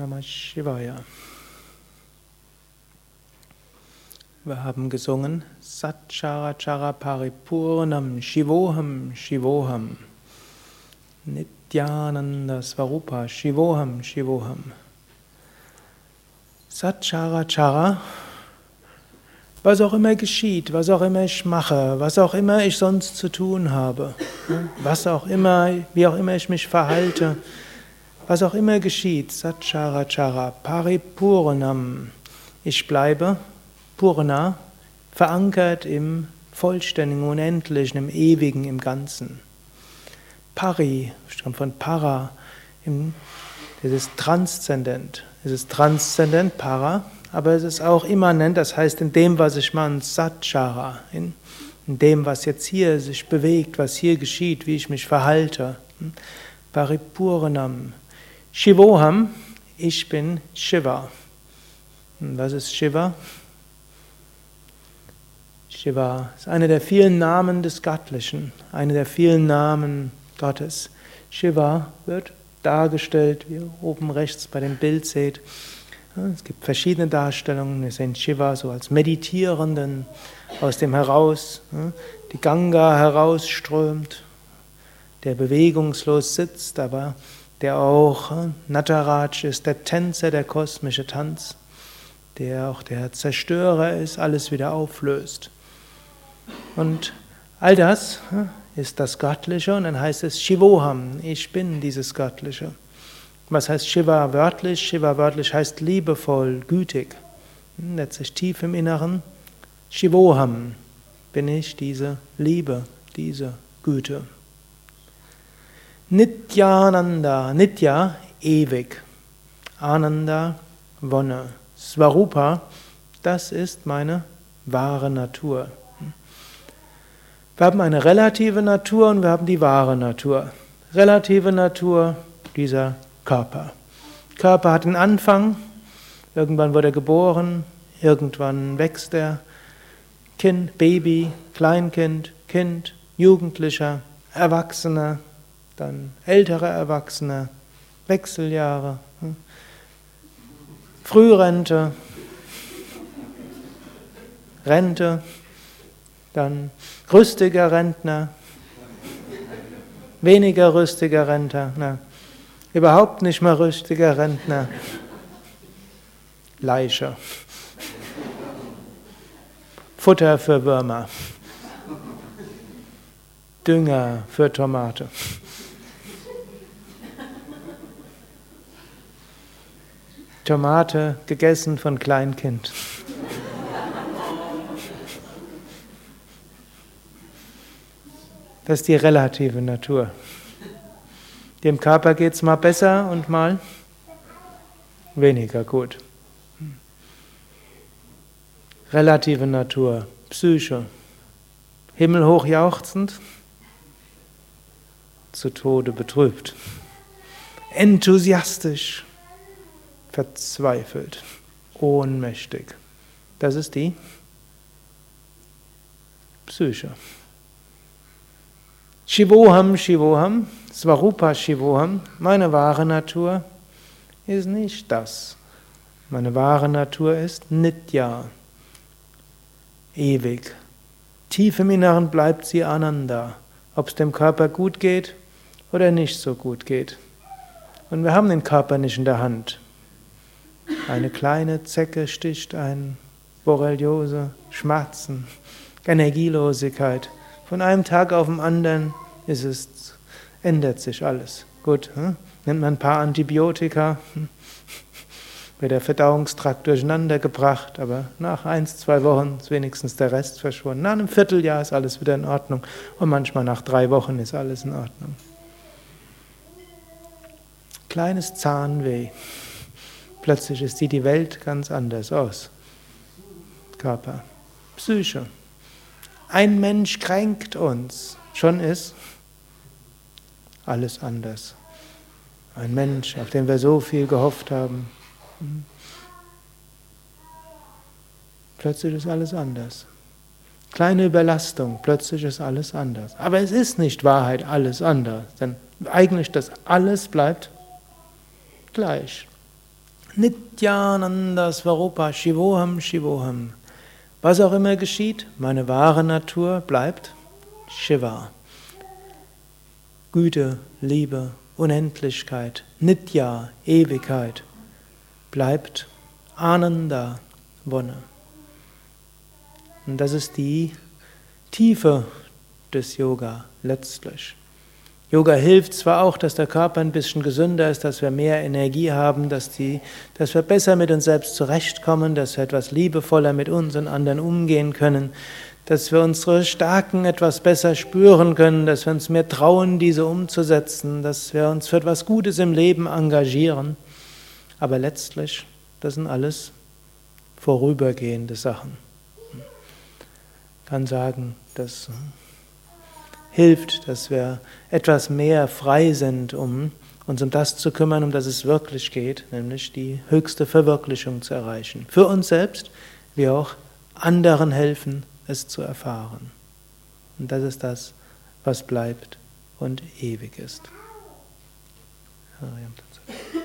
Namah Shivaya. Wir haben gesungen Sat Charachara Paripurnam Shivoham Shivoham Nityananda Svarupa Shivoham Shivoham. Sat Charachara, was auch immer geschieht, was auch immer ich mache, was auch immer ich sonst zu tun habe, was auch immer, wie auch immer ich mich verhalte, was auch immer geschieht, Sat Charachara Paripurnam. Ich bleibe Purna, verankert im Vollständigen, Unendlichen, im Ewigen, im Ganzen. Pari, stammt von Para, das ist transzendent. Es ist transzendent, Para, aber es ist auch immanent, das heißt in dem, was ich mache, Satchara, in dem, was jetzt hier sich bewegt, was hier geschieht, wie ich mich verhalte. Paripurnam. Shivoham, ich bin Shiva. Und was ist Shiva? Shiva ist einer der vielen Namen des Göttlichen, einer der vielen Namen Gottes. Shiva wird dargestellt, wie ihr oben rechts bei dem Bild seht. Es gibt verschiedene Darstellungen. Wir sehen Shiva so als Meditierenden, aus dem heraus die Ganga herausströmt, der bewegungslos sitzt, aber der auch Nataraj ist, der Tänzer, der kosmische Tanz, der auch der Zerstörer ist, alles wieder auflöst. Und all das ist das Göttliche und dann heißt es Shivoham, ich bin dieses Göttliche. Was heißt Shiva wörtlich? Shiva wörtlich heißt liebevoll, gütig. Letztlich tief im Inneren. Shivoham, bin ich diese Liebe, diese Güte. Nityananda, Nitya, ewig. Ananda, Wonne. Svarupa, das ist meine wahre Natur. Wir haben eine relative Natur und wir haben die wahre Natur. Relative Natur, dieser Körper. Körper hat einen Anfang, irgendwann wird er geboren, irgendwann wächst er. Kind, Baby, Kleinkind, Kind, Jugendlicher, Erwachsener, dann älterer Erwachsener, Wechseljahre, Frührente, Rente, dann rüstiger Rentner, weniger rüstiger Rentner, überhaupt nicht mehr rüstiger Rentner, Leiche, Futter für Würmer, Dünger für Tomate. Tomate gegessen von Kleinkind. Das ist die relative Natur. Dem Körper geht es mal besser und mal weniger gut. Relative Natur, Psyche. Himmelhoch jauchzend, zu Tode betrübt. Enthusiastisch, verzweifelt, ohnmächtig. Das ist die Psyche. Shivoham, Shivoham, Svarupa Shivoham, meine wahre Natur ist nicht das. Meine wahre Natur ist Nitya, ewig. Tief im Inneren bleibt sie Ananda, ob es dem Körper gut geht oder nicht so gut geht. Und wir haben den Körper nicht in der Hand. Eine kleine Zecke sticht ein, Borreliose, Schmerzen, Energielosigkeit. Von einem Tag auf den anderen ändert sich alles. Gut, nimmt man ein paar Antibiotika, wird der Verdauungstrakt durcheinander gebracht, aber nach 1-2 Wochen ist wenigstens der Rest verschwunden. Nach einem Vierteljahr ist alles wieder in Ordnung und manchmal nach 3 Wochen ist alles in Ordnung. Kleines Zahnweh. Plötzlich sieht die Welt ganz anders aus. Körper, Psyche. Ein Mensch kränkt uns, schon ist alles anders. Ein Mensch, auf den wir so viel gehofft haben. Plötzlich ist alles anders. Kleine Überlastung, plötzlich ist alles anders. Aber es ist nicht Wahrheit alles anders, denn eigentlich das alles bleibt gleich. Nityananda Svarupa Shivoham Shivoham. Was auch immer geschieht, meine wahre Natur bleibt Shiva. Güte, Liebe, Unendlichkeit, Nitya, Ewigkeit, bleibt Ananda, Wonne. Und das ist die Tiefe des Yoga letztlich. Yoga hilft zwar auch, dass der Körper ein bisschen gesünder ist, dass wir mehr Energie haben, dass wir besser mit uns selbst zurechtkommen, dass wir etwas liebevoller mit uns und anderen umgehen können, dass wir unsere Stärken etwas besser spüren können, dass wir uns mehr trauen, diese umzusetzen, dass wir uns für etwas Gutes im Leben engagieren. Aber letztlich, das sind alles vorübergehende Sachen. Ich kann sagen, das hilft, dass wir etwas mehr frei sind, um uns um das zu kümmern, um das es wirklich geht, nämlich die höchste Verwirklichung zu erreichen. Für uns selbst, wie auch anderen helfen, es zu erfahren. Und das ist das, was bleibt und ewig ist. Ja,